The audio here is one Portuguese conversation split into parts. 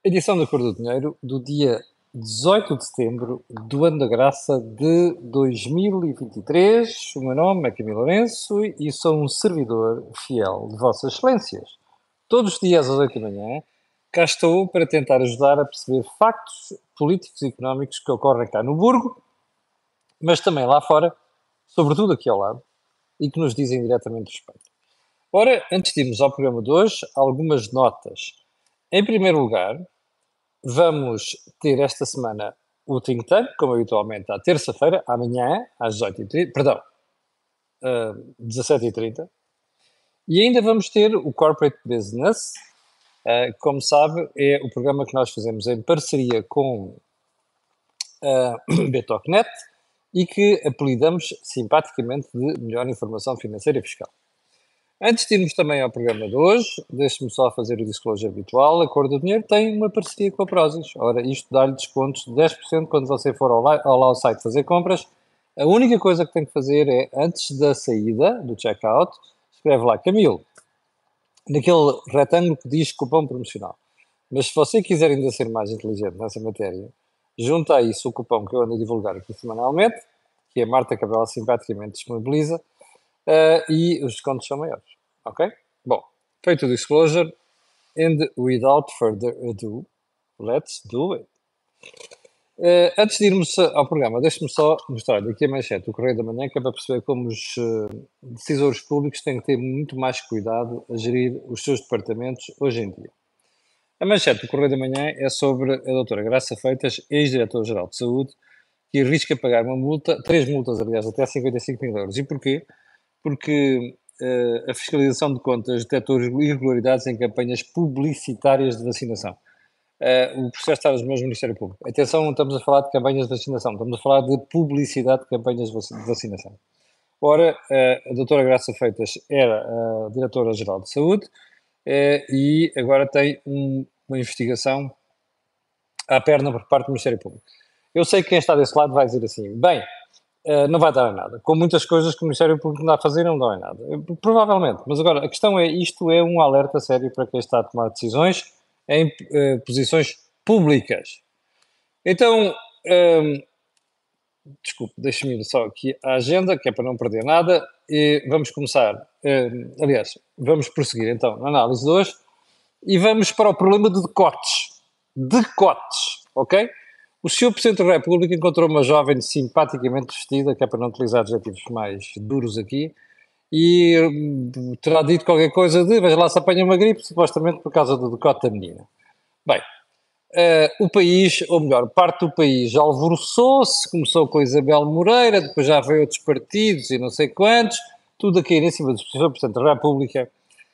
Edição da Cor do Dinheiro do dia 18 de setembro do ano da graça de 2023. O meu nome é Camilo Lourenço e sou um servidor fiel de Vossas Excelências. Todos os dias às 8 da manhã, cá estou para tentar ajudar a perceber factos políticos e económicos que ocorrem cá no Burgo, mas também lá fora, sobretudo aqui ao lado, e que nos dizem diretamente respeito. Ora, antes de irmos ao programa de hoje, algumas notas. Em primeiro lugar, vamos ter esta semana o Think Tank, como habitualmente, à terça-feira, amanhã, às 18h30, perdão, 17h30. E ainda vamos ter o Corporate Business, como sabe, é o programa que nós fazemos em parceria com a Betocnet e que apelidamos simpaticamente de Melhor Informação Financeira e Fiscal. Antes de irmos também ao programa de hoje, deixe-me só fazer o disclosure habitual. A Cor do Dinheiro tem uma parceria com a Prozis. Ora, isto dá-lhe descontos de 10% quando você for ao site fazer compras. A única coisa que tem que fazer é, antes da saída, do checkout, escreve lá Camilo, naquele retângulo que diz cupom promocional. Mas se você quiser ainda ser mais inteligente nessa matéria, junta a isso o cupom que eu ando a divulgar aqui semanalmente, que a Marta Cabral simpaticamente disponibiliza, e os descontos são maiores, ok? Bom, feito o disclosure, and without further ado, let's do it. Antes de irmos ao programa, deixe-me só mostrar aqui a manchete do Correio da Manhã, que é para perceber como os decisores públicos têm que ter muito mais cuidado a gerir os seus departamentos hoje em dia. A manchete do Correio da Manhã é sobre a doutora Graça Freitas, ex-diretora-geral de Saúde, que arrisca pagar uma multa, 3 multas, aliás, até 55 mil euros. E porquê? Porque a fiscalização de contas detectou irregularidades em campanhas publicitárias de vacinação. O processo está nas mãos do Ministério Público. Atenção, não estamos a falar de campanhas de vacinação, estamos a falar de publicidade de campanhas de vacinação. Ora, a doutora Graça Freitas era a diretora-geral de Saúde e agora tem uma investigação à perna por parte do Ministério Público. Eu sei que quem está desse lado vai dizer assim, bem, não vai dar em nada. Com muitas coisas que o Ministério Público anda a fazer, não dá em nada. Provavelmente. Mas agora, a questão é, isto é um alerta sério para quem está a tomar decisões em posições públicas. Então, desculpe, deixe-me ir só aqui à agenda, que é para não perder nada, e vamos começar, aliás, vamos prosseguir então na análise de hoje, e vamos para o problema de decotes. Decotes, ok? O Sr. Presidente da República encontrou uma jovem simpaticamente vestida, que é para não utilizar adjetivos mais duros aqui, e terá dito qualquer coisa de, veja lá se apanha uma gripe, supostamente por causa do decote da menina. Bem, o país, ou melhor, parte do país alvoroçou-se, começou com a Isabel Moreira, depois já veio outros partidos e não sei quantos, tudo a cair em cima do Sr. Presidente da República.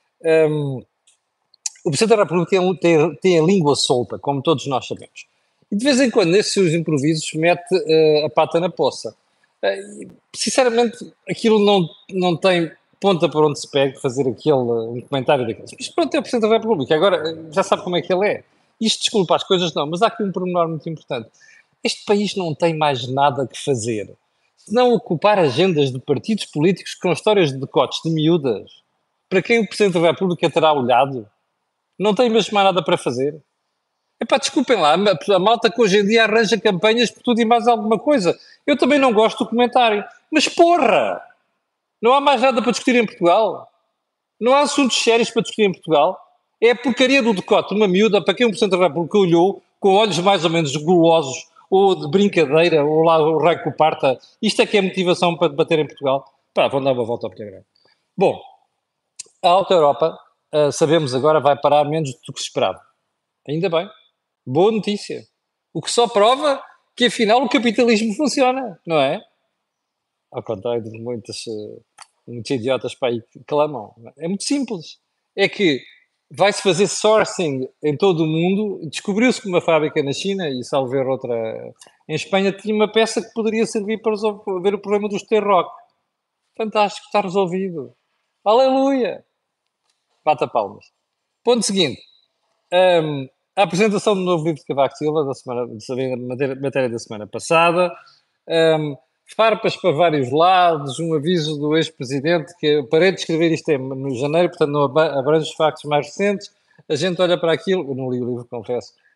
O Presidente da República tem a língua solta, como todos nós sabemos. E de vez em quando, nesses seus improvisos, mete a pata na poça. Sinceramente, aquilo não tem ponta por onde se pega fazer um comentário daqueles. Mas pronto, é o Presidente da República. Agora, já sabe como é que ele é. Isto desculpa as coisas não, mas há aqui um pormenor muito importante. Este país não tem mais nada que fazer, senão ocupar agendas de partidos políticos com histórias de decotes de miúdas, para quem o Presidente da República terá olhado. Não tem mesmo mais nada para fazer. Epá, desculpem lá, a malta que hoje em dia arranja campanhas por tudo e mais alguma coisa. Eu também não gosto do comentário. Mas porra! Não há mais nada para discutir em Portugal? Não há assuntos sérios para discutir em Portugal? É a porcaria do decote de uma miúda para quem o Presidente da República olhou com olhos mais ou menos golosos ou de brincadeira, ou lá o raio que o parta. Isto é que é motivação para debater em Portugal? Pá, vão dar uma volta ao Pinheiro. Bom, a Alta Europa, sabemos agora, vai parar menos do que se esperava. Ainda bem. Boa notícia. O que só prova que, afinal, o capitalismo funciona, não é? Ao contrário de muitos idiotas para aí que clamam. É muito simples. É que vai-se fazer sourcing em todo o mundo. Descobriu-se que uma fábrica na China, e salvo ver outra em Espanha, tinha uma peça que poderia servir para resolver o problema dos T-Rock. Fantástico, está resolvido. Aleluia! Bata palmas. Ponto seguinte. A apresentação do novo livro de Cavaco Silva, matéria da semana passada, farpas para vários lados, um aviso do ex-presidente que eu parei de escrever isto no janeiro, portanto não abrange os factos mais recentes, a gente olha para aquilo, eu não li o livro, confesso,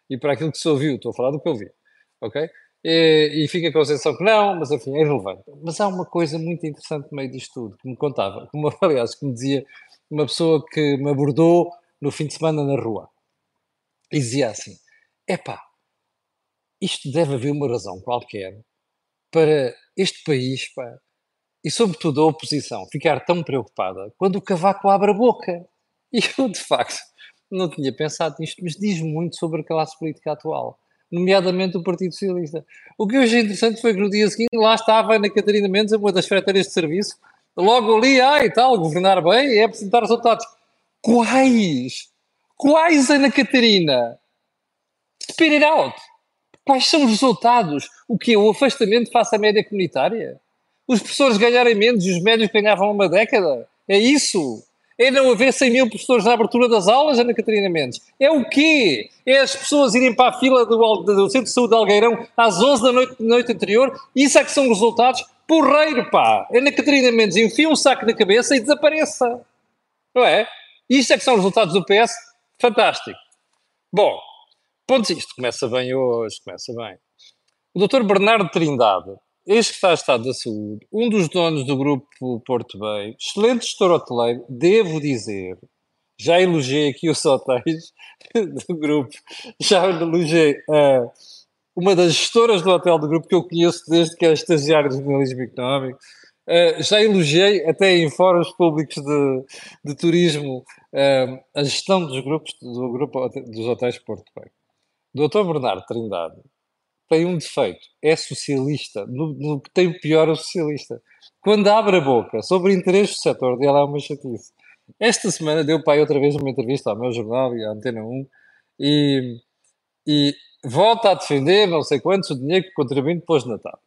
e para aquilo que se ouviu, estou a falar do que eu vi, ok? E fica com a sensação que não, mas enfim, é irrelevante. Mas há uma coisa muito interessante no meio disto tudo, que me contava, como, aliás, que me dizia uma pessoa que me abordou no fim de semana na rua, e dizia assim, epá, isto deve haver uma razão qualquer para este país, pá, e sobretudo a oposição, ficar tão preocupada quando o Cavaco abre a boca. E eu, de facto, não tinha pensado nisto, mas diz muito sobre a classe política atual, nomeadamente o Partido Socialista. O que eu achei interessante foi que no dia seguinte lá estava a Ana Catarina Mendes, uma das secretárias de serviço, logo ali, e tal, governar bem é apresentar resultados. Quais? Quais, Ana Catarina? Spit it out! Quais são os resultados? O que é o afastamento face à média comunitária? Os professores ganharem menos e os médios ganhavam uma década? É isso? É não haver 100 mil professores na abertura das aulas, Ana Catarina Mendes? É o quê? É as pessoas irem para a fila do Centro de Saúde de Algueirão às 11 da noite anterior? Isso é que são resultados? Porreiro, pá! Ana Catarina Mendes enfia um saco na cabeça e desapareça. Não é? Isto é que são os resultados do PS? Fantástico. Bom, pontos isto. Começa bem hoje, começa bem. O Dr. Bernardo Trindade, ex-secretário de Estado da Saúde, um dos donos do grupo Porto Bay, excelente gestor hoteleiro, devo dizer, já elogiei aqui os hotéis do grupo, já elogiei uma das gestoras do hotel do grupo que eu conheço desde que é estagiário de jornalismo económico, já elogiei até em fóruns públicos de turismo a gestão dos grupos do grupo dos hotéis Porto Bay. Dr. Bernardo Trindade tem um defeito, é socialista, no que tem o pior é o socialista. Quando abre a boca sobre interesses do setor dele é uma chatice. Esta semana deu pai outra vez uma entrevista ao meu jornal e à Antena 1 e, e volta a defender não sei quantos o dinheiro que o contribuinte pôs na TAP.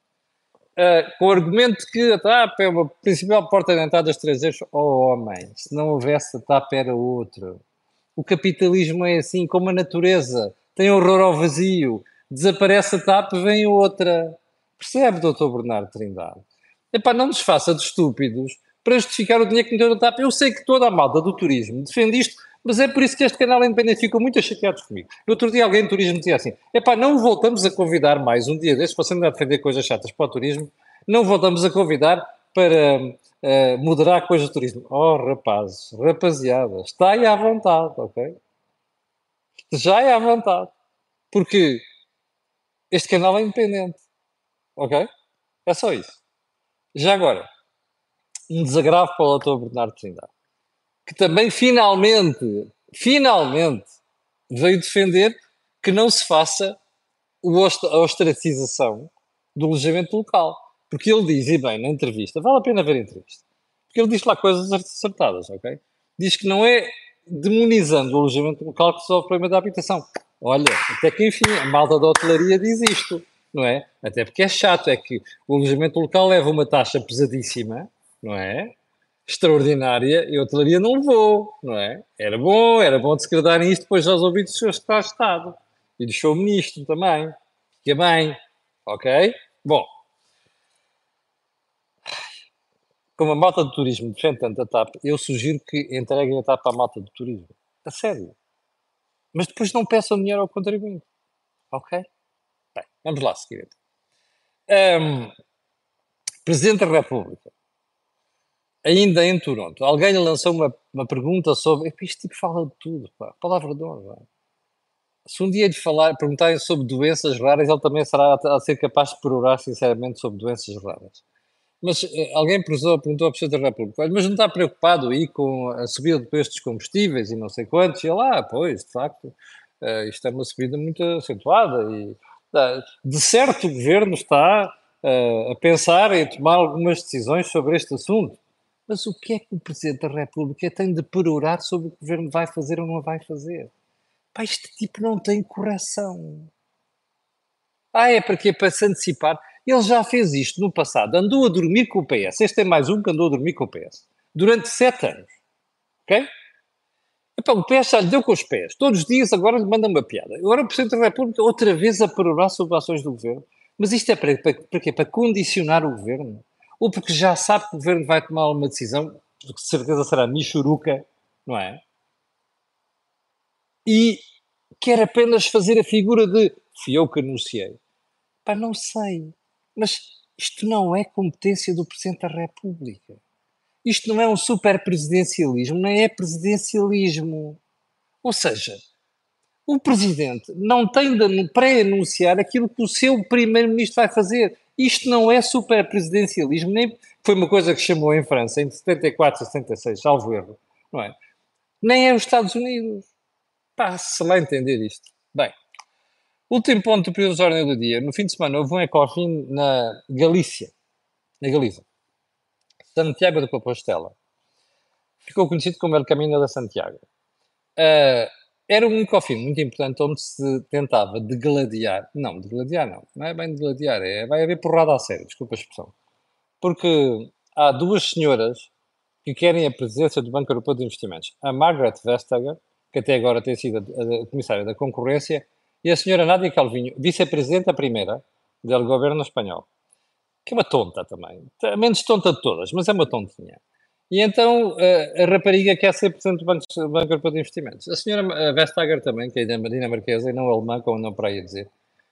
Com o argumento que a TAP é uma principal porta de entrada estrangeiros. Oh, homem, se não houvesse a TAP era outro. O capitalismo é assim, como a natureza. Tem horror ao vazio. Desaparece a TAP, vem outra. Percebe, doutor Bernardo Trindade? Epá, não nos faça de estúpidos para justificar o dinheiro que meteu na TAP. Eu sei que toda a malta do turismo defende isto, mas é por isso que este canal independente ficou muito chateados comigo. No outro dia alguém do turismo dizia assim, epá, não voltamos a convidar mais um dia destes, você não deve defender coisas chatas para o turismo, não voltamos a convidar para moderar coisas do turismo. Oh, rapazes, rapaziada, está aí à vontade, ok? Já é à vontade. Porque este canal é independente, ok? É só isso. Já agora, um desagravo para o Dr. Bernardo Trindade, que também finalmente, veio defender que não se faça a ostracização do alojamento local. Porque ele diz, e bem, na entrevista, vale a pena ver a entrevista, porque ele diz lá coisas acertadas, ok? Diz que não é demonizando o alojamento local que resolve o problema da habitação. Olha, até que enfim, a malta da hotelaria diz isto, não é? Até porque é chato, é que o alojamento local leva uma taxa pesadíssima, não é? Extraordinária, e a hotelaria não levou, não é? Era bom descredarem isto depois aos ouvidos do Sr. Secretário de Estado e do Sr. Ministro também. Fica bem, ok? Bom, como a malta do turismo defende tanto a TAP, eu sugiro que entreguem a TAP à malta do turismo. A sério. Mas depois não peçam dinheiro ao contribuinte, ok? Bem, vamos lá seguir. Presidente da República, ainda em Toronto, alguém lhe lançou uma pergunta sobre. Este tipo fala de tudo, pá, palavra de honra. Se um dia lhe perguntarem sobre doenças raras, ele também será a ser capaz de perorar sinceramente sobre doenças raras. Mas alguém perguntou ao Presidente da República, "Olha, mas não está preocupado aí com a subida de preços dos combustíveis e não sei quantos?" E ele, pois, de facto, isto é uma subida muito acentuada e, de certo, o Governo está a pensar em tomar algumas decisões sobre este assunto. Mas o que é que o Presidente da República tem de perorar sobre o que o Governo vai fazer ou não vai fazer? Pá, este tipo não tem correção. É para quê? Para se antecipar. Ele já fez isto no passado. Andou a dormir com o PS. Este é mais um que andou a dormir com o PS. Durante 7 anos. Ok? Epá, o PS já lhe deu com os pés. Todos os dias agora lhe manda uma piada. Agora o Presidente da República outra vez a perorar sobre ações do Governo. Mas isto é para quê? Para condicionar o Governo? Ou porque já sabe que o Governo vai tomar uma decisão, que de certeza será michuruca, não é? E quer apenas fazer a figura de fui eu que anunciei. Pá, não sei. Mas isto não é competência do Presidente da República. Isto não é um superpresidencialismo, nem é presidencialismo. Ou seja, o Presidente não tem de pré-anunciar aquilo que o seu Primeiro-Ministro vai fazer. Isto não é superpresidencialismo, nem foi uma coisa que chamou em França, entre 74 e 76, salvo erro, não é? Nem é os Estados Unidos. Pá-se lá entender isto. Bem, último ponto do período de ordem do dia. No fim de semana houve um Ecofin na Galícia, na Galiza. Santiago de Compostela. Ficou conhecido como El Camino de Santiago. Era um Ecofin muito importante onde se tentava degladiar, não é bem degladiar, vai haver porrada a sério, desculpa a expressão, porque há duas senhoras que querem a presidência do Banco Europeu de Investimentos, a Margaret Vestager, que até agora tem sido a comissária da concorrência, e a senhora Nádia Calvinho, vice-presidenta primeira do governo espanhol, que é uma tonta também, a menos tonta de todas, mas é uma tontinha. E então a rapariga quer ser presidente do Banco Europeu de Investimentos. A senhora Vestager também, que é dinamarquesa e não alemã, como não para aí a dizer.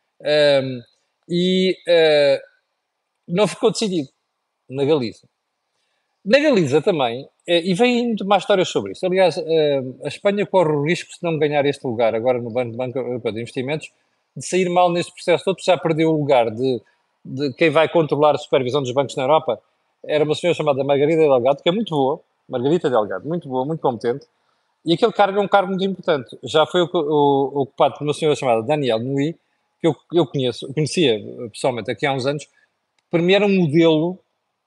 Não ficou decidido na Galiza. Na Galiza também, e vem muito mais histórias sobre isso. Aliás, a Espanha corre o risco, se não ganhar este lugar agora no Banco Europeu de Investimentos, de sair mal neste processo todo, já perdeu o lugar de quem vai controlar a supervisão dos bancos na Europa. Era uma senhora chamada Margarida Delgado, que é muito boa, Margarita Delgado, muito boa, muito competente, e aquele cargo é um cargo muito importante. Já foi ocupado por uma senhora chamada Danielle Nui, que eu conhecia pessoalmente aqui há uns anos. Para mim era um modelo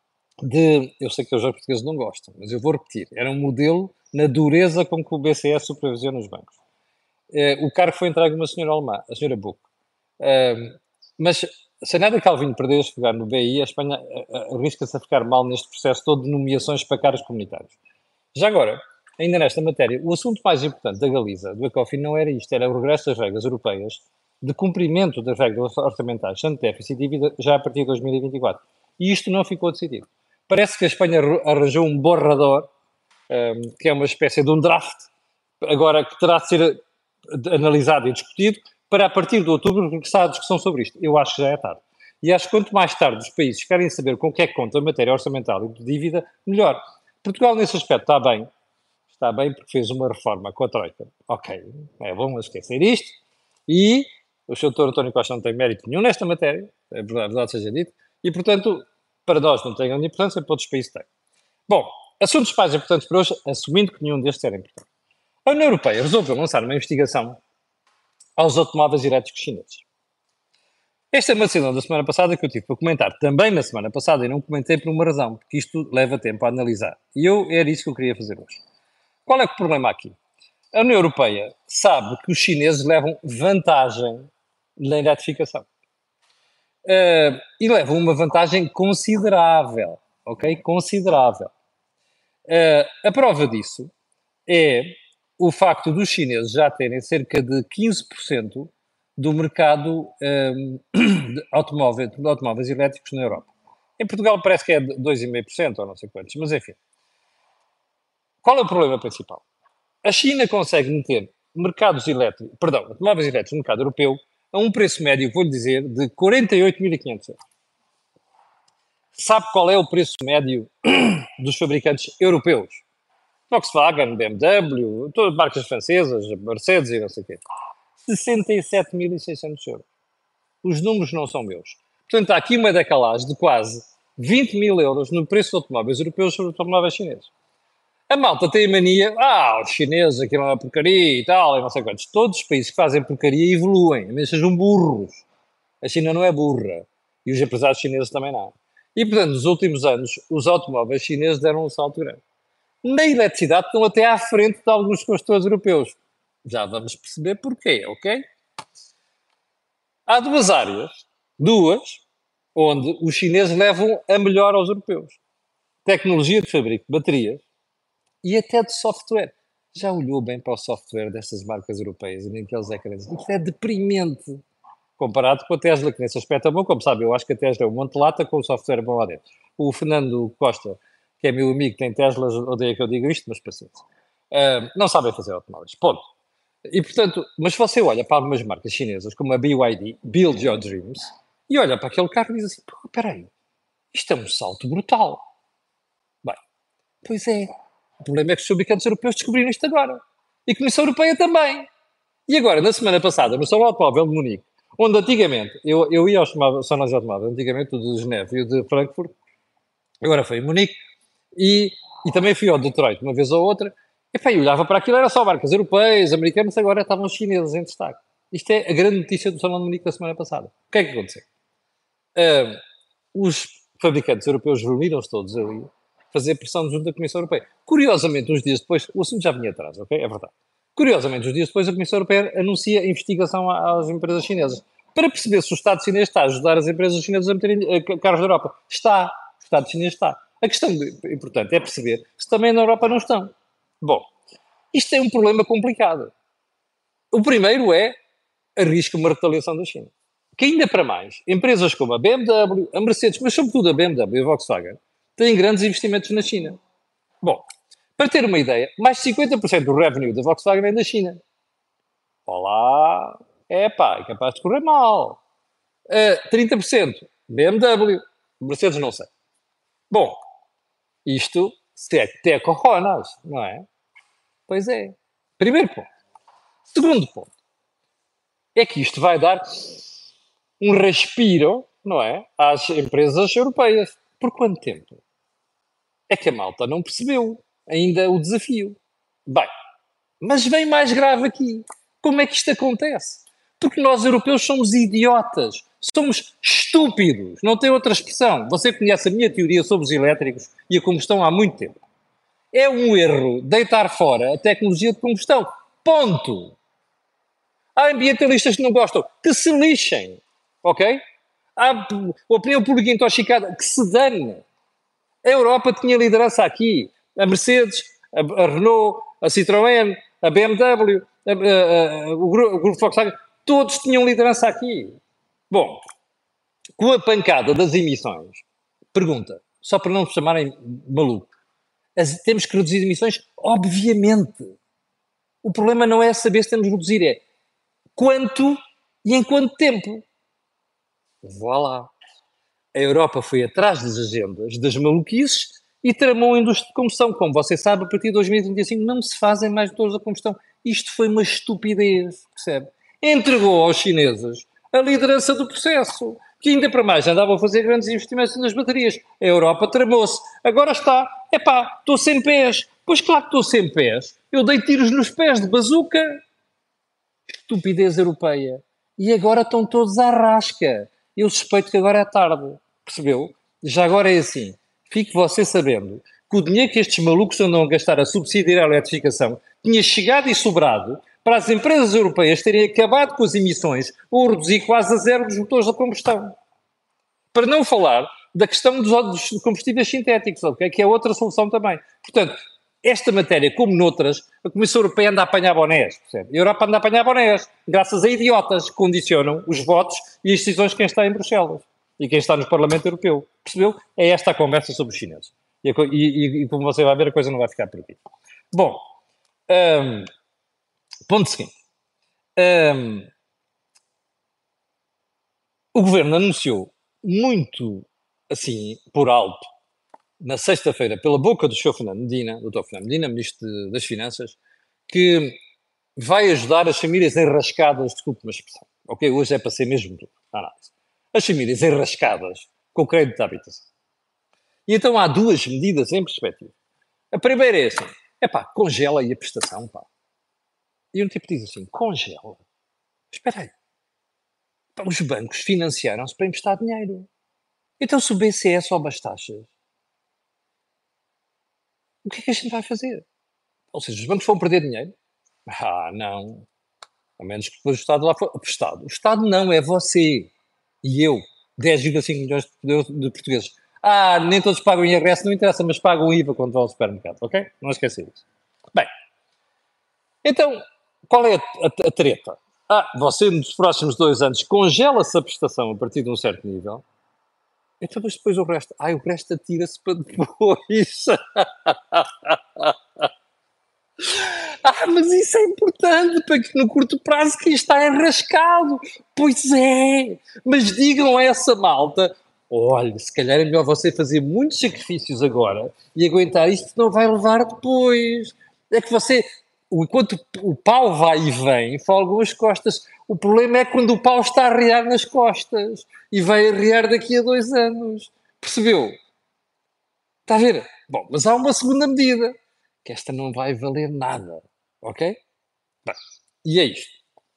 eu sei que os portugueses não gostam, mas eu vou repetir, era um modelo na dureza com que o BCE supervisiona os bancos. O cargo foi entregue a uma senhora alemã, a senhora Buch. Mas se a Nádia Calvinho perder este lugar no BI, a Espanha arrisca-se a ficar mal neste processo todo de nomeações para cargos comunitários. Já agora, ainda nesta matéria, o assunto mais importante da Galiza, do Ecofin, não era isto, era o regresso das regras europeias de cumprimento das regras orçamentais, tanto déficit e dívida, já a partir de 2024. E isto não ficou decidido. Parece que a Espanha arranjou um borrador, que é uma espécie de um draft, agora que terá de ser analisado e discutido, para a partir de outubro regressar à discussão sobre isto. Eu acho que já é tarde. E acho que quanto mais tarde os países querem saber com o que é que conta a matéria orçamental e de dívida, melhor. Portugal, nesse aspecto, está bem porque fez uma reforma com a Troika. Ok, é bom esquecer isto. E o Sr. Dr. António Costa não tem mérito nenhum nesta matéria, é verdade seja dito, e, portanto, para nós não tem grande importância, para outros países tem. Bom, assuntos mais importantes para hoje, assumindo que nenhum destes era importante. A União Europeia resolveu lançar uma investigação aos automóveis elétricos chineses. Esta é uma decisão da semana passada que eu tive para comentar também na semana passada e não comentei por uma razão, porque isto leva tempo a analisar. E era isso que eu queria fazer hoje. Qual é o problema aqui? A União Europeia sabe que os chineses levam vantagem na eletrificação. E levam uma vantagem considerável, ok? Considerável. A prova disso é o facto dos chineses já terem cerca de 15% do mercado de automóveis elétricos na Europa. Em Portugal parece que é 2,5% ou não sei quantos, mas enfim. Qual é o problema principal? A China consegue meter automóveis elétricos no mercado europeu a um preço médio, vou-lhe dizer, de 48.500 euros. Sabe qual é o preço médio dos fabricantes europeus? Volkswagen, BMW, todas as marcas francesas, Mercedes e não sei o quê. 67.600 euros. Os números não são meus. Portanto, há aqui uma decalagem de quase 20.000 euros no preço de automóveis europeus sobre automóveis chineses. A malta tem a mania, os chineses, aquilo é uma porcaria e tal, e não sei quantos. Todos os países que fazem porcaria evoluem, mesmo sejam burros. A China não é burra. E os empresários chineses também não. E, portanto, nos últimos anos, os automóveis chineses deram um salto grande. Na eletricidade estão até à frente de alguns construtores europeus. Já vamos perceber porquê, ok? Há duas, onde os chineses levam a melhor aos europeus. Tecnologia de fabrico de baterias e até de software. Já olhou bem para o software destas marcas europeias e nem aqueles ecrãs? Isto é deprimente comparado com a Tesla, que nesse aspecto é bom. Como sabe, eu acho que a Tesla é um monte de lata com o software bom lá dentro. O Fernando Costa, que é meu amigo, tem Teslas, odeia que eu diga isto, mas paciência. Não sabem fazer automóveis. Ponto. E, portanto, mas se você olha para algumas marcas chinesas, como a BYD, Build Your Dreams, e olha para aquele carro e diz assim, pô, peraí, isto é um salto brutal. Bem, pois é. O problema é que os fabricantes europeus descobriram isto agora. E a Comissão Europeia também. E agora, na semana passada, no Salão Automóvel de Munique, onde antigamente, eu ia aos salões de automóvel, antigamente o de Geneve e o de Frankfurt, agora foi em Munique, e também fui ao Detroit uma vez ou outra, e pá, eu olhava para aquilo, era só marcas europeias, americanas, agora estavam os chineses em destaque. Isto é a grande notícia do Salão de Munique da semana passada. O que é que aconteceu? Ah, os fabricantes europeus reuniram-se todos ali, fazer pressão junto da Comissão Europeia. Curiosamente, uns dias depois, o assunto já vinha atrás, ok? É verdade. Curiosamente, uns dias depois, a Comissão Europeia anuncia investigação às empresas chinesas para perceber se o Estado chinês está a ajudar as empresas chinesas a meterem carros da Europa. Está. O Estado chinês está. A questão importante é perceber se também na Europa não estão. Bom, isto é um problema complicado. O primeiro é arrisca uma retaliação da China. Que ainda para mais, empresas como a BMW, a Mercedes, mas sobretudo a BMW e a Volkswagen, têm grandes investimentos na China. Bom, para ter uma ideia, mais de 50% do revenue da Volkswagen é da China. Olá, é capaz de correr mal. 30% BMW, Mercedes não sei. Bom, isto se é até coronas, não é? Pois é. Primeiro ponto. Segundo ponto. É que isto vai dar um respiro, não é? Às empresas europeias. Por quanto tempo? É que a malta não percebeu ainda o desafio. Bem, mas vem mais grave aqui. Como é que isto acontece? Porque nós europeus somos idiotas. Somos estúpidos. Não tem outra expressão. Você conhece a minha teoria sobre os elétricos e a combustão há muito tempo. É um erro deitar fora a tecnologia de combustão. Ponto. Há ambientalistas que não gostam. Que se lixem. Ok? Há a opinião pública intoxicada. Que se dane. A Europa tinha liderança aqui. A Mercedes, a Renault, a Citroën, a BMW, o grupo Volkswagen, todos tinham liderança aqui. Bom, com a pancada das emissões, pergunta, só para não nos chamarem maluco, temos que reduzir emissões? Obviamente. O problema não é saber se temos que reduzir, é quanto e em quanto tempo. Voilà. A Europa foi atrás das agendas, das maluquices, e tramou a indústria de combustão. Como você sabe, a partir de 2035 não se fazem mais motores a combustão. Isto foi uma estupidez, percebe? Entregou aos chineses a liderança do processo, que ainda para mais andavam a fazer grandes investimentos nas baterias. A Europa tramou-se. Agora está, estou sem pés. Pois claro que estou sem pés. Eu dei tiros nos pés de bazuca. Estupidez europeia. E agora estão todos à rasca. Eu suspeito que agora é tarde. Percebeu? Já agora é assim. Fique você sabendo que o dinheiro que estes malucos andam a gastar a subsidiar a eletrificação tinha chegado e sobrado para as empresas europeias terem acabado com as emissões ou reduzir quase a zero dos motores a combustão. Para não falar da questão dos combustíveis sintéticos, okay? Que é outra solução também. Portanto, esta matéria, como noutras, a Comissão Europeia anda a apanhar bonés. Percebe? A Europa anda a apanhar bonés, graças a idiotas que condicionam os votos e as decisões de quem está em Bruxelas e quem está no Parlamento Europeu. Percebeu? É esta a conversa sobre os chineses. E como você vai ver, a coisa não vai ficar por aqui. Bom, ponto seguinte. O Governo anunciou muito, assim, por alto, na sexta-feira, pela boca do Sr. Fernando Medina, Dr. Fernando Medina, Ministro das Finanças, que vai ajudar as famílias enrascadas, desculpe uma expressão, ok? Hoje é para ser mesmo tudo, análise. As famílias enrascadas com o crédito de habitação. E então há duas medidas em perspectiva. A primeira é assim, congela aí a prestação, pá. E um tipo diz assim, congela? Espera aí. Pá, os bancos financiaram-se para emprestar dinheiro. Então se o BCE sobe as taxas, o que é que a gente vai fazer? Ou seja, os bancos vão perder dinheiro? Não. A menos que depois o Estado lá for... O Estado não, é você e eu. 10,5 milhões de portugueses. Nem todos pagam IRS, não interessa, mas pagam IVA quando vão ao supermercado, ok? Não esquecer isso. Bem, então, qual é a treta? Você nos próximos 2 anos congela-se a prestação a partir de um certo nível, então mas depois o resto... o resto atira-se para depois. Mas isso é importante para que no curto prazo que isto está enrascado. Pois é, mas digam a essa malta, olha, se calhar é melhor você fazer muitos sacrifícios agora e aguentar isto, não vai levar depois. É que você, enquanto o pau vai e vem, folgam as costas. O problema é quando o pau está a arriar nas costas e vai arriar daqui a 2 anos. Percebeu? Está a ver? Bom, mas há uma segunda medida, que esta não vai valer nada, ok? Bem, e é isto.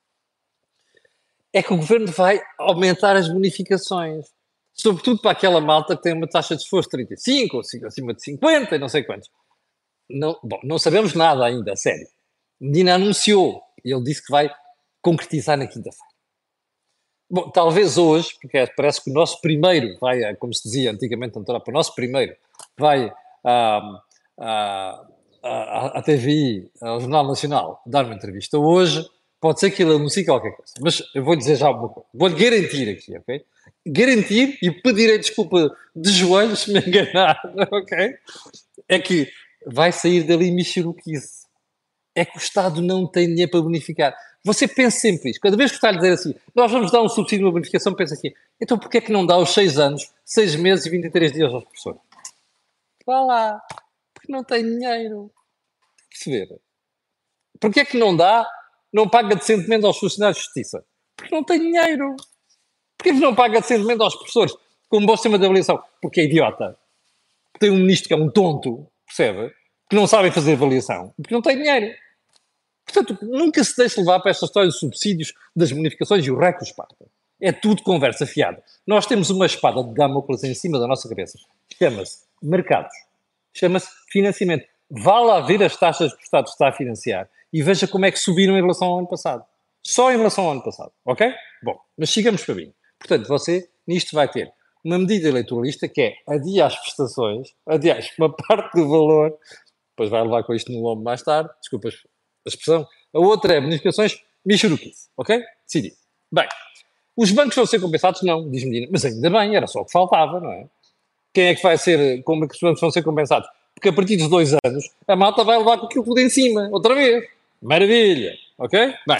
É que o governo vai aumentar as bonificações, sobretudo para aquela malta que tem uma taxa de esforço de 35 ou acima de 50 e não sei quantos. Não, bom, não sabemos nada ainda, a sério. Medina anunciou, e ele disse que vai concretizar na quinta-feira. Bom, talvez hoje, porque parece que o nosso primeiro vai, como se dizia antigamente, para o nosso primeiro vai à, à, à TVI, ao Jornal Nacional, dar uma entrevista hoje. Pode ser que ele anuncie qualquer coisa, mas eu vou dizer já uma coisa. Vou-lhe garantir aqui, ok? Garantir e pedirei desculpa de joelhos se me enganar, ok? É que vai sair dali michuruquice. É que o Estado não tem dinheiro para bonificar. Você pensa sempre isto. Cada vez que está a dizer assim, nós vamos dar um subsídio, uma bonificação, pensa assim, então porquê é que não dá os 6 anos, 6 meses e 23 dias aos professores? Vá lá. Porque não tem dinheiro. Perceber? Porquê é que não dá, não paga decentemente aos funcionários de justiça? Porque não tem dinheiro. Porquê que não paga decentemente aos professores com um bom sistema de avaliação? Porque é idiota. Tem um ministro que é um tonto, percebe? Que não sabe fazer avaliação. Porque não tem dinheiro. Portanto, nunca se deixe levar para esta história de subsídios, das bonificações e o raio que os parta. É tudo conversa fiada. Nós temos uma espada de Damocles em cima da nossa cabeça. Chama-se mercados. Chama-se financiamento. Vá lá ver as taxas que o Estado está a financiar e veja como é que subiram em relação ao ano passado. Só em relação ao ano passado. Ok? Bom, mas sigamos para mim. Portanto, você, nisto vai ter uma medida eleitoralista que é adia as prestações, adiar uma parte do valor, depois vai levar com isto no lombo mais tarde, desculpas a expressão. A outra é bonificações michuruquice, ok? Decidi. Bem, os bancos vão ser compensados? Não, diz Medina. Mas ainda bem, era só o que faltava, não é? Quem é que vai ser, como é que os bancos vão ser compensados? Porque a partir dos 2 anos, a malta vai levar com aquilo tudo em cima, outra vez. Maravilha, ok? Bem,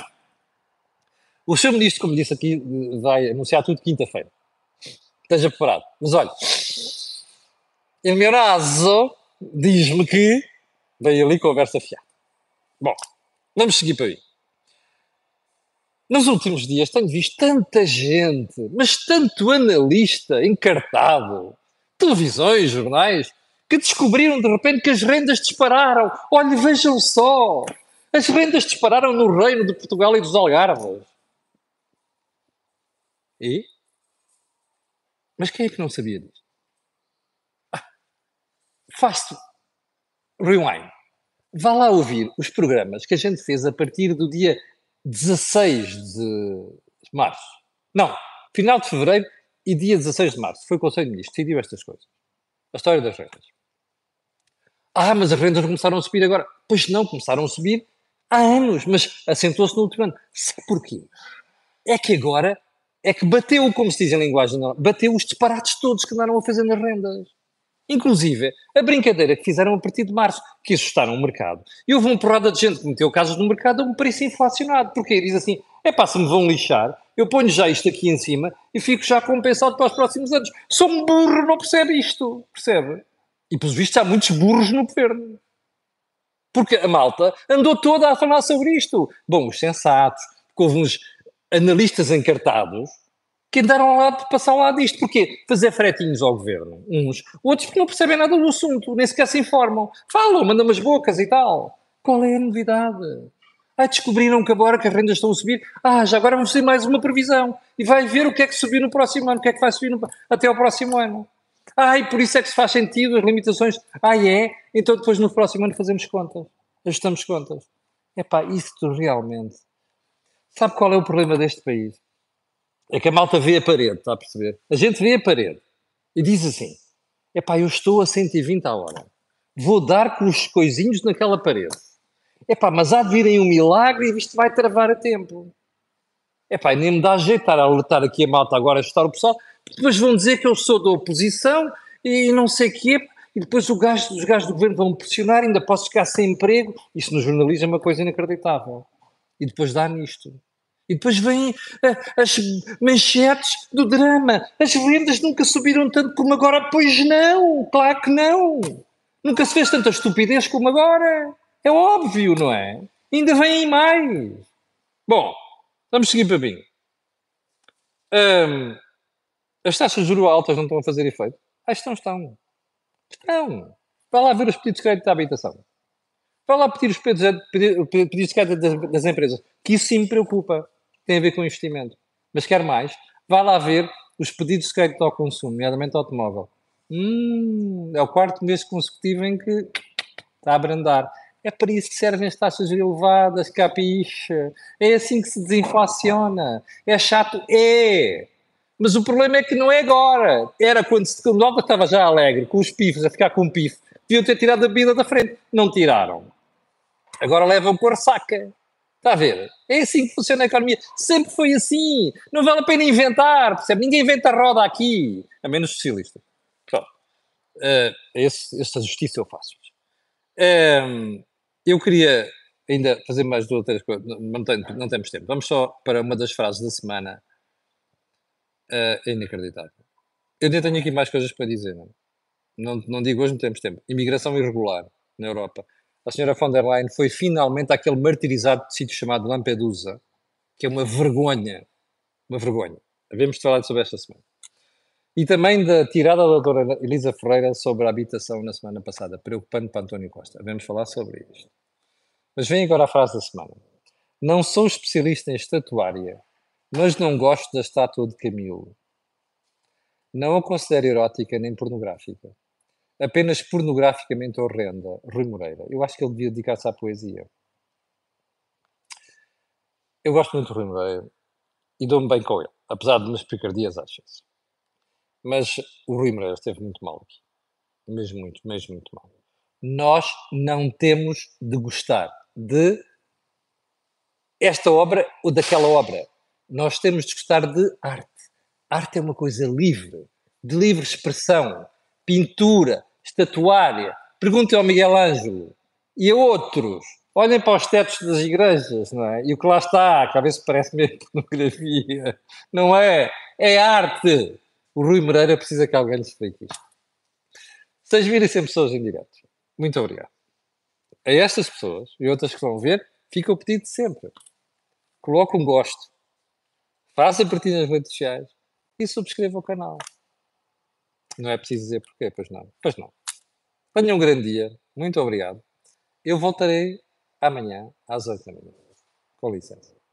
o Sr. Ministro, como disse aqui, vai anunciar tudo quinta-feira. Esteja preparado. Mas olha, em meu caso, diz-me que veio ali conversa fiada. Bom, vamos seguir para aí. Nos últimos dias tenho visto tanta gente, mas tanto analista encartado, televisões, jornais, que descobriram de repente que as rendas dispararam. Olha, vejam só! As rendas dispararam no reino de Portugal e dos Algarves. E? Mas quem é que não sabia disso? Faz-te rewind. Vá lá ouvir os programas que a gente fez a partir do dia 16 de março. Não, final de fevereiro e dia 16 de março. Foi o Conselho de Ministros que decidiu estas coisas. A história das rendas. Mas as rendas começaram a subir agora. Pois não, começaram a subir há anos, mas acentuou-se no último ano. Sabe porquê? É que agora é que bateu, como se diz em linguagem normal, bateu os disparates todos que andaram a fazer nas rendas. Inclusive, a brincadeira que fizeram a partir de março, que assustaram o mercado. E houve uma porrada de gente que meteu casos no mercado a um preço inflacionado. Porque diz assim, se me vão lixar, eu ponho já isto aqui em cima e fico já compensado para os próximos anos. Sou um burro, não percebe isto. Percebe? E, pelos vistos, há muitos burros no governo. Porque a malta andou toda a falar sobre isto. Bom, os sensatos, porque houve uns analistas encartados que andaram lá de passar lá disto. Porquê? Fazer fretinhos ao governo. Uns. Outros porque não percebem nada do assunto, nem sequer se informam. Falam, mandam umas bocas e tal. Qual é a novidade? Descobriram que agora que as rendas estão a subir. Já agora vamos ter mais uma previsão. E vai ver o que é que subiu no próximo ano, o que é que vai subir até ao próximo ano. E por isso é que se faz sentido as limitações. É? Então depois no próximo ano fazemos contas. Ajustamos contas. Isto realmente... Sabe qual é o problema deste país? É que a malta vê a parede, está a perceber? A gente vê a parede e diz assim, eu estou a 120 a hora. Vou dar com os coisinhos naquela parede. Mas há de virem um milagre e isto vai travar a tempo. Nem me dá jeito estar a alertar aqui a malta agora a ajustar o pessoal, porque depois vão dizer que eu sou da oposição e não sei o quê, e depois os gajos do governo vão pressionar, ainda posso ficar sem emprego. Isso no jornalismo é uma coisa inacreditável. E depois dá nisto. E depois vêm as manchetes do drama. As vendas nunca subiram tanto como agora. Pois não, claro que não. Nunca se fez tanta estupidez como agora. É óbvio, não é? Ainda vêm mais. Bom, vamos seguir para mim. As taxas de juros altas não estão a fazer efeito? Estão. Estão. Vai lá ver os pedidos de crédito à habitação. Vai lá pedir os pedidos de crédito das empresas, que isso sim me preocupa. Tem a ver com investimento. Mas quer mais? Vai lá ver os pedidos de crédito ao consumo, nomeadamente automóvel. É o quarto mês consecutivo em que está a abrandar. É para isso que servem as taxas elevadas, capiche. É assim que se desinflaciona. É chato? É. Mas o problema é que não é agora. Era quando o dólar estava já alegre, com os pifes, a ficar com o pife. Deviam ter tirado a bebida da frente. Não tiraram. Agora levam com a ressaca. Está a ver? É assim que funciona a economia. Sempre foi assim. Não vale a pena inventar, percebe? Ninguém inventa a roda aqui. A menos socialistas. Pronto. Essa justiça eu faço. Eu queria ainda fazer mais duas ou três coisas. Não temos tempo. Vamos só para uma das frases da semana. É inacreditável. Eu ainda tenho aqui mais coisas para dizer. Não digo hoje, não temos tempo. Imigração irregular na Europa. A senhora von der Leyen foi finalmente àquele martirizado sítio chamado Lampedusa, que é uma vergonha. Uma vergonha. Havemos de falar sobre esta semana. E também da tirada da doutora Elisa Ferreira sobre a habitação na semana passada, preocupante para António Costa. Havemos falar sobre isto. Mas vem agora a frase da semana. Não sou especialista em estatuária, mas não gosto da estátua de Camilo. Não a considero erótica nem pornográfica. Apenas pornograficamente horrenda. Rui Moreira. Eu acho que ele devia dedicar-se à poesia. Eu gosto muito do Rui Moreira e dou-me bem com ele, apesar de umas picardias às vezes. Mas o Rui Moreira esteve muito mal aqui. Mesmo muito mal. Nós não temos de gostar de esta obra ou daquela obra. Nós temos de gostar de arte. Arte é uma coisa livre, de livre expressão. Pintura, estatuária. Perguntem ao Miguel Ângelo e a outros. Olhem para os tetos das igrejas, não é? E o que lá está, que às vezes parece mesmo pornografia. Não é? É arte. O Rui Moreira precisa que alguém lhe explique isto. 6.100 pessoas em direto. Muito obrigado. A estas pessoas e outras que vão ver, fica o pedido de sempre. Coloque um gosto. Faça partilha nas redes sociais e subscreva o canal. Não é preciso dizer porquê, pois não. Pois não. Tenha um grande dia. Muito obrigado. Eu voltarei amanhã às 8 da manhã. Com licença.